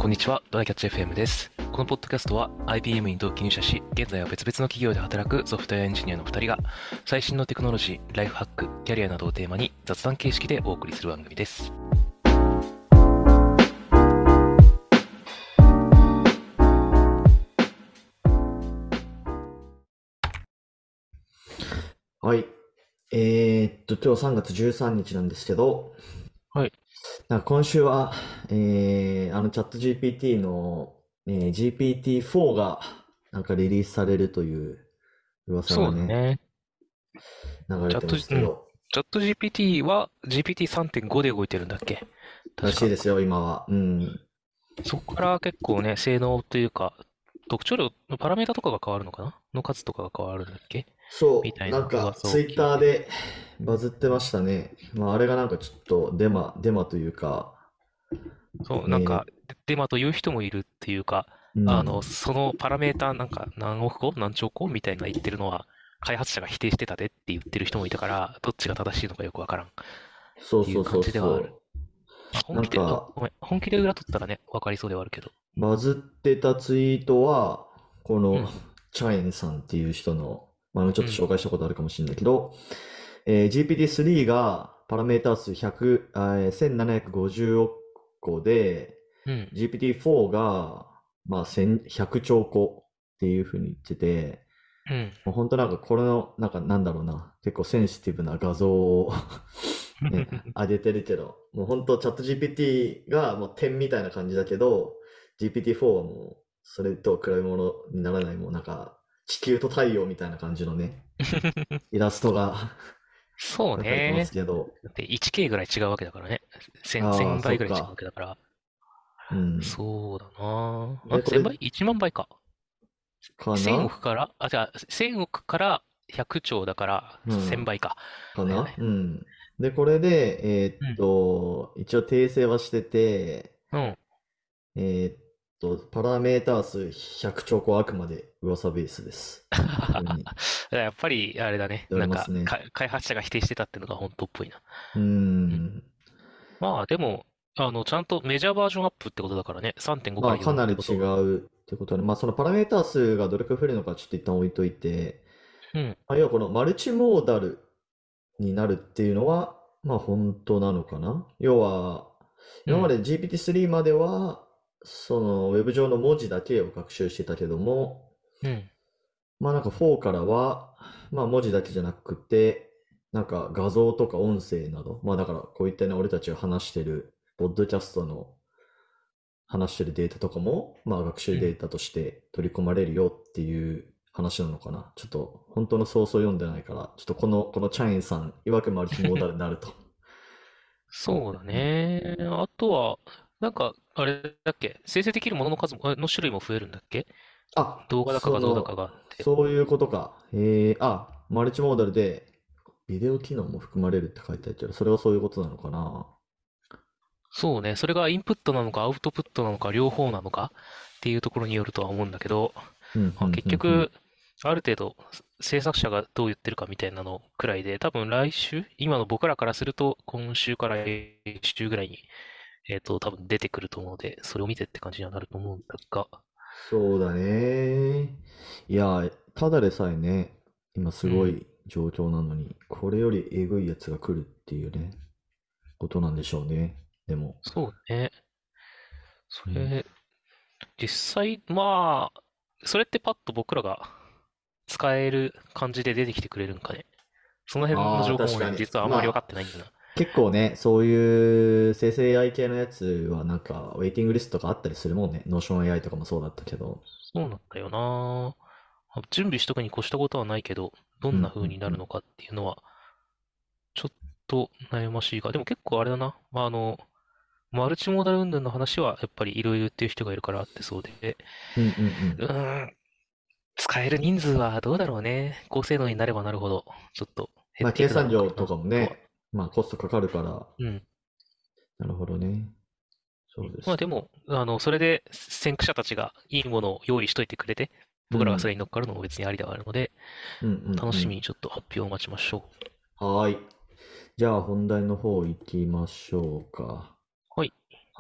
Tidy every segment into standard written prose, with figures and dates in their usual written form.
こんにちは、ドライキャッチ FM です。このポッドキャストは IBM に同期入社し、現在は別々の企業で働くソフトウェアエンジニアの2人が、最新のテクノロジー、ライフハック、キャリアなどをテーマに雑談形式でお送りする番組です。 はい。今日3月13日なんですけど、 はい。 なんか今週は、チャット GPT の、GPT-4 がなんかリリースされるという噂がね、 そうだね。 流れてチャット、うん。 ますけど、 チャット GPT は GPT3.5 で動いてるんだっけ？確か。 らしいですよ、今は。うん。 そこから結構ね、性能というか、特徴量のパラメータとかが変わるのかなの数とかが変わるんだっけ？みそう、 たいなんかな噂をツイッ聞いて。 ターでバズってましたね。まあ、あれがなんかちょっとデマというか、 そう、なんか、 えデマという人もいるっていうか、 うん。 そのパラメータなんか何億個何兆個みたいな言ってるのは、開発者が否定してたでって言ってる人もいたから、どっちが正しいのかよくわからんっていう感そうそうそうじではある。 そまあ、 う。なんか、 ごめん、本気で裏取ったらね、わかりそうではあるけど。 バズってたツイートは、このうん、 チャインさんっていう人の、まあ、ちょっとうん、 紹介したことあるかもしれないけど、GPT-3 がパラメータ数100、1750億個で、 うん、 GPT-4 が、まあ、1100兆個っていうふうに言ってて、 うん。 もう本当なんかこれの、なんかなんだろうな、結構センシティブな画像をね、上げてるけど、もう本当チャット GPT がもう点みたいな感じだけど、GPT-4 はもうそれと比べ物にならない、もうなんか地球と太陽みたいな感じのね、イラストがそう描かれてますね。 けど、 だって 1K ぐらい違うわけだからね。 ああ、 1000倍ぐらい違うわそっか。 けだから。 うん。 そうだなあ。 で、こ 1000 れ倍？ 1 万倍か。1000 かな。 億から、じゃあ、1000億から100兆だから1000 うん。 倍か。 かだよね。 な。うん。で、これで、 うん。 一応訂正はしてて、 うん。 パラメータ数100兆個はあくまで噂ベースです。ふうにやっぱり、あれだね。 言われますね。 開発者が否定してたっていうのが本当っぽいな。 うーうん。 ん。 まあ、でも、ちゃんとメジャーバージョンアップってことだからね。3.5かまあ、 ら4 かなり違ってことは。 うってことで、まあ、そのパラメータ数がどれくらい増えるのかちょっと一旦置いといて、 うん。 まあ、要はこのマルチモーダルになるっていうのは、まあ、本当なのかな。要は、 うん。 今まで GPT-3 までは、そのウェブ上の文字だけを学習してたけども、 うん。 まあなんか4からは、まあ文字だけじゃなくて、なんか画像とか音声など、まあだからこういったね、俺たちが話してる、ポッドキャストの話してるデータとかも、まあ学習うん。 データとして取り込まれるよっていう話なのかな。ちょっと本当のソースを読んでないから、ちょっとこのチャインさん、曰くマルチモーダルになると。 そうだうん。 ね。あとは、なんか、あれだっけ？生成できるものの数も、の種類も増えるんだっけ？ あ、 動画だか画像だかがあって。 そういうことか。マルチモーダルでビデオ機能も含まれるって書いてあるけど、それはそういうことなのかな。 そうね。それがインプットなのかアウトプットなのか両方なのかっていうところによるとは思うんだけど、 うん、うまあ、 ん、うん、うん。 結局、ある程度制作者がどう言ってるかみたいなのくらいで、多分来週、今の僕らからすると今週から来週ぐらいに、多分出てくると思うので、それを見てって感じにはなると思うんだが、 そうだね。いや、ただでさえね、今すうん、 ごい状況なのに、これよりえぐいやつが来るっていうね、ことなんでしょうね。でも。 そうね。そうん。 れ、実際、まあ、それってパッと僕らが使える感じで出てきてくれるんかね。その辺のああ、 情報もね、 確かに。 実はあんまり分かっまあ、 てないんだな。 結構ね、そういう生成 AI 系のやつはなんか、ウェイティングリストとかあったりするもんね。ノーション AI とかもそうだったけど。 そうなんだよな。準備しとくに越したことはないけど、どんなうん、うん、 風になうん。 るのかっていうのは、ちょっと悩ましいが、でも結構あれだな。まあ、マルチモーダル云々の話は、やっぱりいろいろ言ってる人がいるからあってそうで、 うん、うん、うん。 うーん、使える人数はどうだろうね。高性能になればなるほど、ちょっと減まあ、 ってい計くだろうか算量とかな、とは。 もね、まあ、コストかかるから、 うん。 なるほどね。そうですか。 まあでも、それで先駆者たちがいいものを用意しといてくれて、僕らがそれうん。 に乗っかるのも別にありではあるので、 うん、う楽しみにん、 ちょっと発表を待ちましょう。 うん。はーい。じゃあ本題の方行きましょうか。 はい。 はい。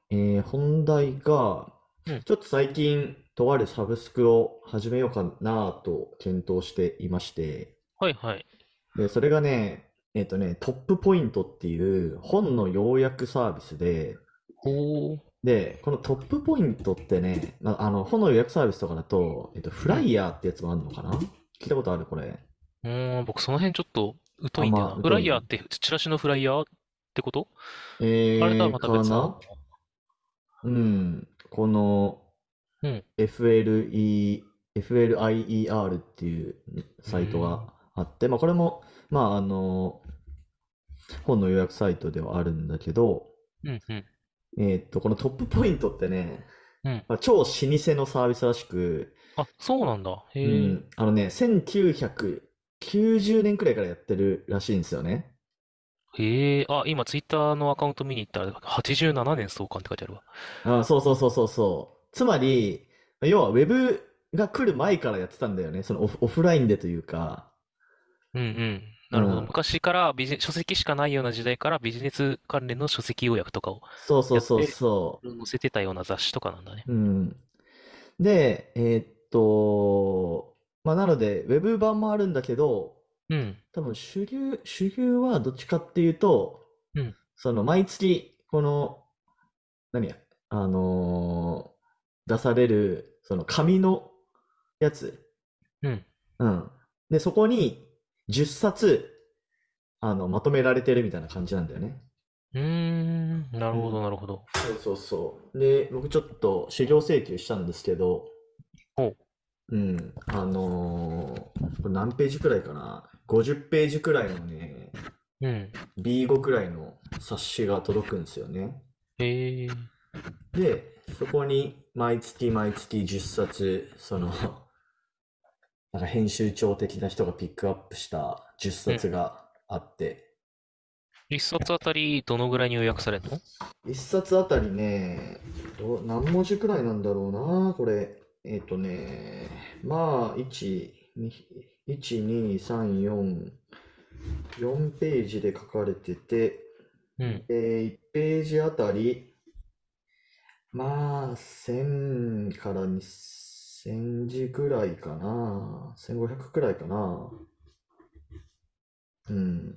本題が、 うん。 ちょっと最近、とあるサブスクを始めようかなと検討していまして、 はいはい。 で、それがね、トップポイントっていう本の要約サービスで、 ほう。 で、このトップポイントってね、本の予約サービスとかだと、フうん。 ライヤーってやつもあるのかな。聞いたことあるこれ？ 僕その辺ちょっと疎あんいんだよな。フラま疎い？ イヤーってチラシのフライヤーってこと？あれとはまた別なのかかな。うん。この、 な？うん。 FLIER っていううサイトがーん。 あって、まあこれも、まあ本の予約サイトではあるんだけど、 うんうん。 このトップポイントってね、 うん。 まあ、超老舗のサービスらしく、 あ、そうなんだ。へえ。 うん、1990年くらいからやってるらしいんですよね。 へえ。あ、今ツイッターのアカウント見に行ったら、87年創刊って書いてあるわ。 そうそうそうそうそう。つまり、要はウェブが来る前からやってたんだよね。そのオフラインでというか、 うんうん。なるほど。 うん。 昔から書籍しかないような時代からビジネス関連の書籍要約とかをそうそうそうやって、 そ載せてたような雑誌とかなんだね。 う。うん。で、まあ、なので、ウェブ版もあるんだけど、 うん。 多分主流はどっちかっていうと、 うん。 その毎月、この、何や、出される、その紙のやつ。 うん。 うん。で、そこに10冊、まとめられてるみたいな感じなんだよね。 うーん。なるほど、 うん。 なるほど。 そうそうそう。で、僕ちょっと修行請求したんですけど、 ほう。 うん。これ何ページくらいかな？ 50 ページくらいのね、 うん。 B5 くらいの冊子が届くんですよね。 へえ。 で、そこに毎月毎月10冊、なんか編集長的な人がピックアップした10 うん。 冊があって、 一冊あたりどのぐらいに予約されるの？ 1冊あたりね、何文字くらいなんだろうな、これ。まあ、1、2、3、4ページで書かれてて、 うん。 1ページあたり、まあ、1000から2000字くらいかな。1500くらいかな。うん。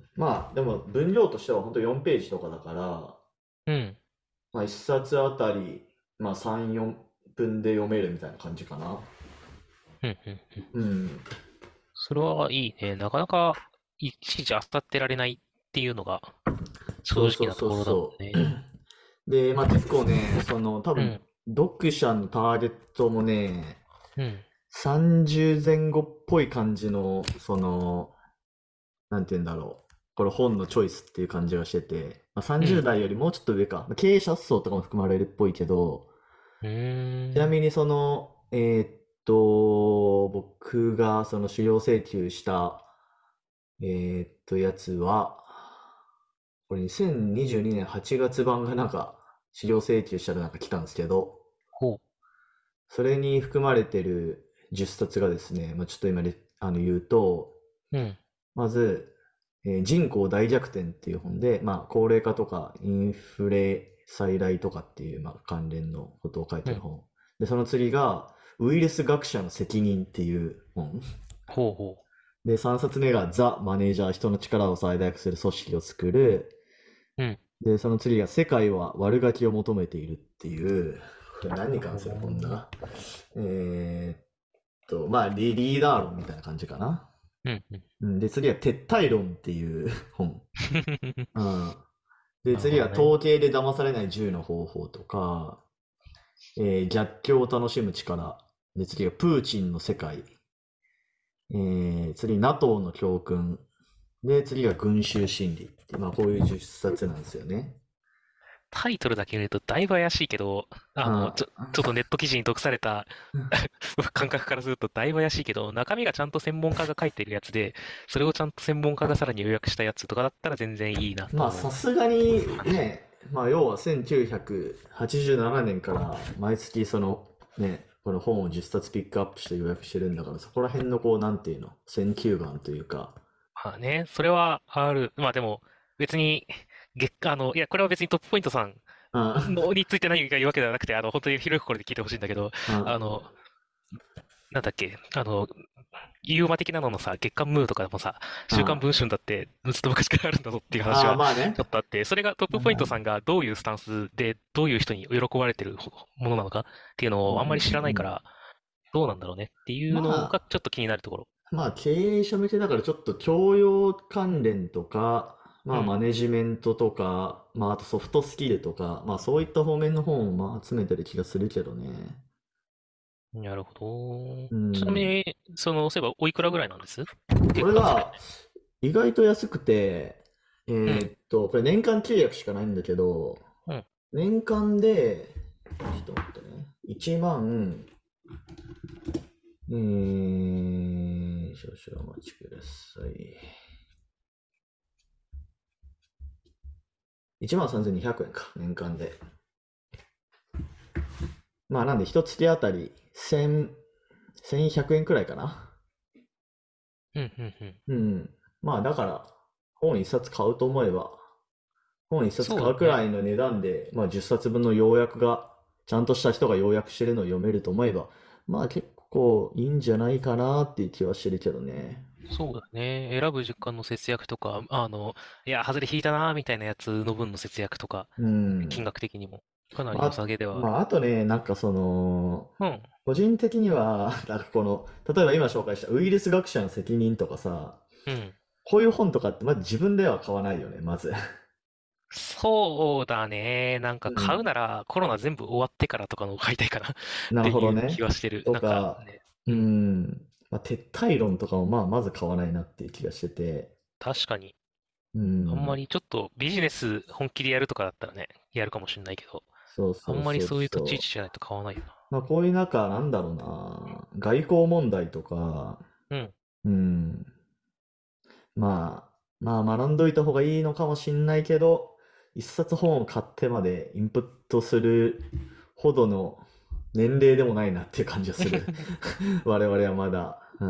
まあ、でも分量としては本当4ページとかだから、 うん。 まあ、1冊あたり、まあ、3、4分で読めるみたいな感じかな。 うん。うん。うん。 うん。 それはいいね。なかなかいちいち漁ってられないっていうのが正直そうそうそうなところだもんそね。 う。で、まあ結構ね、多分、 うん。 読者のターゲットもね、 うん。 30前後っぽい感じの、なんて言うんだろう。これ本のチョイスっていう感じがしてて、まあ、30 うん。 代よりもうちょっと上か。まあ経営者層とかも含まれるっぽいけど、 うーん。 ちなみに僕がその資料請求した、やつは、これ2022年8月版がなんか、資料請求したらなんか来たんですけど、 ほそれに含まれてる10冊がですね、まあ、ちょっと今で言うと、 う。うん。 まず、人口大逆転っていう本で、まあ、高齢化とかインフレ再来とかっていう、まあ、関連のことを書いうん。 てる本。で、その次が、ウイルス学者の責任っていう本。 ほうほで、3冊目が、ザ・マネージャー、人の力を最大化する組織を作る。 う。うん。 で、その次が、世界は悪ガキを求めているっていう、これ何に関する本ほだ？まあリーダー論みたいな感じかな。 う。うん。うん。 うん、で、次は撤退論っていう本。うん。で、 なるほ次はどね。 統計で騙されない10の方法とか、逆境を楽しむ力。で、次がプーチンの世界。次、NATO の教訓。で、次が群衆心理って、まあこういう10冊なんですよね。 タイトルだけ見るとだいぶ怪しいけど、 あちょっとネット記事に毒された感覚からするとだいぶ怪しいけど、中身がちゃんと専門家が書いてるやつで、それをちゃんと専門家がさらに予約したやつとかだったら全然いいなとまあ思う。 さすがにね、まあ要は1987年から毎月この本を10冊ピックアップして予約してるんだから、そこら辺のこう、なんていうの、選球眼というか、 まあね、それはある。まあでも、別に、いや、これは別にトップポイントさんあのについて何か言うわけではなくて、本当に広い心で聞いてほしいんだけど、ああ、 の、なんだっけ、ユーマ的なののさ、月刊ムーとかでもさ、週刊文あ春だってずっと昔からあるんだぞっていう話あ、 はまあね。 ちょっとあって、それがトップポイントさんがどういうスタンスで、どういう人に喜ばれてるものなのかっていうのうんうんをあんまり知らないうんうん。 から、どうなんだろうねっていうのがまちょっと気になるところ。 まあ、経営者向けだからちょっと教養関連とか、まあ、 うん。 マネジメントとか、まあ、あとソフトスキルとか、まあ、そういった方面の本をまあ集めてる気がするけどね。 なるほど。 うん。 ちなみに、そういえばおいくらぐらいなんです月間それ？ これが意外と安くて、 うん。 これ年間契約しかないんだけど、 うん。 年間で、ちょっと待ってね、1万、少々お待ちください。13,200円か、年間で。まあなんで一月あたり1000、1100円くえんくらいかな。 うん。うん。うん。 うん。まあだから本一冊買うと思えば、本一冊買うそうだね。 くらいの値段で、まあ10冊分の要約が、ちゃんとした人が要約してるのを読めると思えば、まあ結構いいんじゃないかなっていう気はしてるけどね。 そうだね。選ぶ時間の節約とか、いや、外れ引いたなーみたいなやつの分の節約とか、 うん。 金額的にもかなり良さまあ、 げではある。 まあ、あとね、 うん。 個人的には、なんか例えば今紹介したウイルス学者の責任とかさ、 うん。 こういう本とかってまず自分では買わないよね、まず。 そうだね。なんか買ううん。 ならコロナ全部終わってからとかのを買いたいかなっなるていう気ほどね。 はしてる。 となんかか、 ね。 ううん。 ん。まあ、撤退論とかもまあ、まず買わないなっていう気がしてて、 確かに。 うあんまん。 りちょっとビジネス本気でやるとかだったらね、やるかもしれないけど、 そうあんまりそうそうそういう立ち位そ置じゃないと買わないよな。 う。まあ、こういう中、なんだろうな、外交問題とか、 うん。 うん。まあ、学んどいた方がいいのかもしんないけど、一冊本を買ってまでインプットするほどの年齢でもないなっていう感じがする。我々はまだ。うん。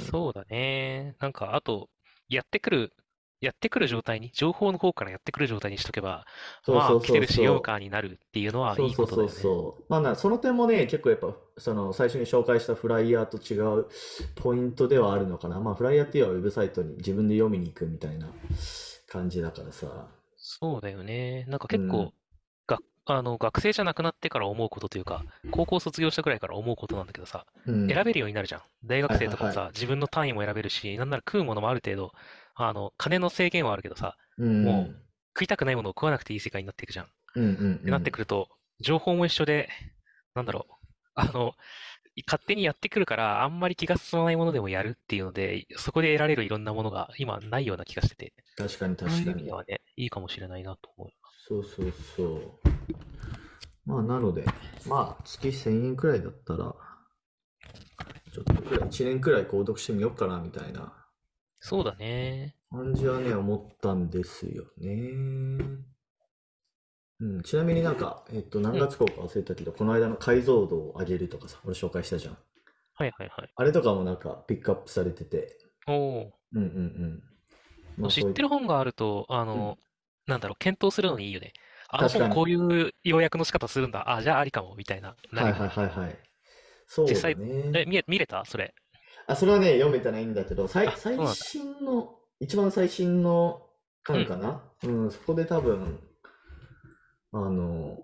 そうだね。なんか、あと、やってくる、やってくる状態に、情報の方からやってくる状態にしとけば、まあ、 そうそうそう来てるし読むそかになるっていうのう。 はいいこそうそうそうとだよね。 そう。まあその点もね、結構やっぱ、最初に紹介したフライヤーと違うポイントではあるのかな。まあ、フライヤーっていうのはウェブサイトに自分で読みに行くみたいな感じだからさ。 そうだよね。なんかうん。 結構、学生じゃなくなってから思うことというか、高校卒業したくらいから思うことなんだけどさ、 うん。 選べるようになるじゃん。大学はいはいはい。 生とかもさ、自分の単位も選べるし、なんなら食うものもある程度、金の制限はあるけどさ、 うんうもうん。 食いたくないものを食わなくていい世界になっていくじゃん。っうんうんうてなってん。 くると、情報も一緒で、なんだろう。勝手にやってくるから、あんまり気が進まないものでもやるっていうので、そこで得られるいろんなものが今ないような気がしてて、 確かにそういう確かに。 意味ではね、いいかもしれないなと思う。 そうそうそう。まあ、なので、まあ、月1000円くらいだったら、ちょっとくらい、1年くらい購読してみようかな、みたいなそうだね。 感じはね、思ったんですよね。うん、ちなみになんか、何うん。 月号か忘れたけど、この間の解像度を上げるとかさ、俺紹介したじゃん。 はいはいはい。 あれとかもなんか、ピックアップされてて、 おお。 うんうんうん。まあ、 知っそういてる本があると、 うん、 なんだろう、検討するのにいいよね。あの確かに。 本こういう要約の仕方するんだ。あ、じゃあありかも、みたいな、なるはいはいよね。 はいはい。そうだ実際、 ね。 見れたそれ？ あ、それはね、読めてないんだけど、 あ、そう最なんだ。 新の、一番最新のうん。 巻かな。うん、そこで多分、あの、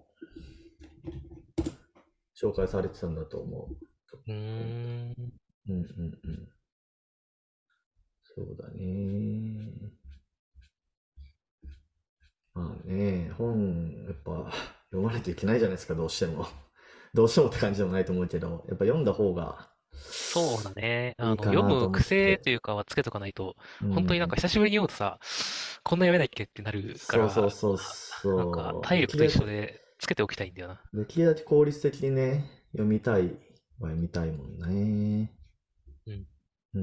紹介されてたんだと思う。トッうープポイント。 ん。 うんうんうん。そうだね。まあね、本、やっぱ読まないといけないじゃないですか、どうしても。どうしてもって感じでもないと思うけど、やっぱ読んだ方がそうだね。 いいか読なとむ癖思って。 というかはつけとかないと、 う本当になんかん。 久しぶりに読むとさ、こんな読めないっけってなるかそうそうら、 そうなんかそう。 体力と一緒でつけておきたいんだよな。 できるだけ効率的にね、読みたいは読みたいもんね。 うん。 うん。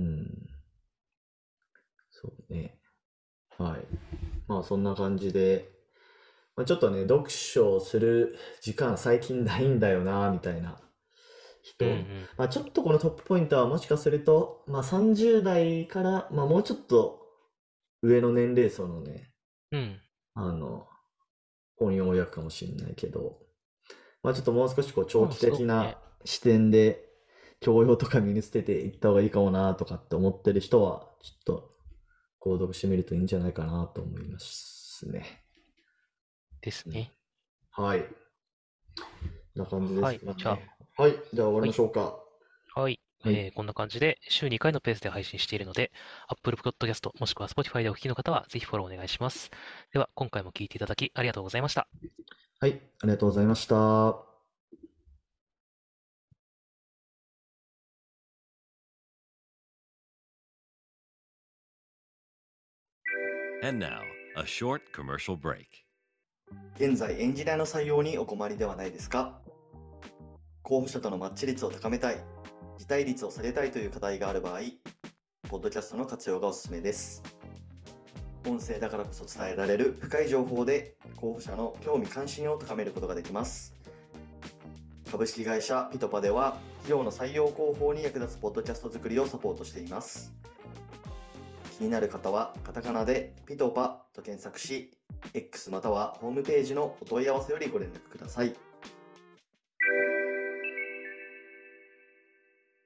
そうね。はい。まあそんな感じで、まあ、ちょっとね、読書をする時間最近ないんだよな、みたいな人。 うんうん。 まあちょっとこのトップポイントはもしかすると、まあ30代から、まあもうちょっと上の年齢層のね、 うん。 あの、 本要約かもしれないけど、まあちょっともう少しこう長まあ、 期そうね。 的な視点で教養とか身につけていった方がいいかもなとかって思ってる人は、ちょっと購読してみるといいんじゃないかなと思いますね。うん、 ですね。 はい。こんな感じではい。 すかじゃあ、 ね。はい。じゃあ終わりはい。 ましょうか。 はい。 はい。 こんな感じで週2回のペースで配信しているので、Apple Podcast もしくは Spotify でお聞きの方はぜひフォローお願いします。では、今回も聞いていただきありがとうございました。 はい。ありがとうございました。 And now, a short commercial break. 現在エンジニアの採用にお困りではないですか？候補者とのマッチ率を高めたい、辞退率を下げたいという課題がある場合、ポッドキャストの活用がおすすめです。音声だからこそ伝えられる深い情報で候補者の興味関心を高めることができます。株式会社ピトパでは企業の採用広報に役立つポッドキャスト作りをサポートしています。気になる方はカタカナでピトパと検索し、X またはホームページのお問い合わせよりご連絡ください。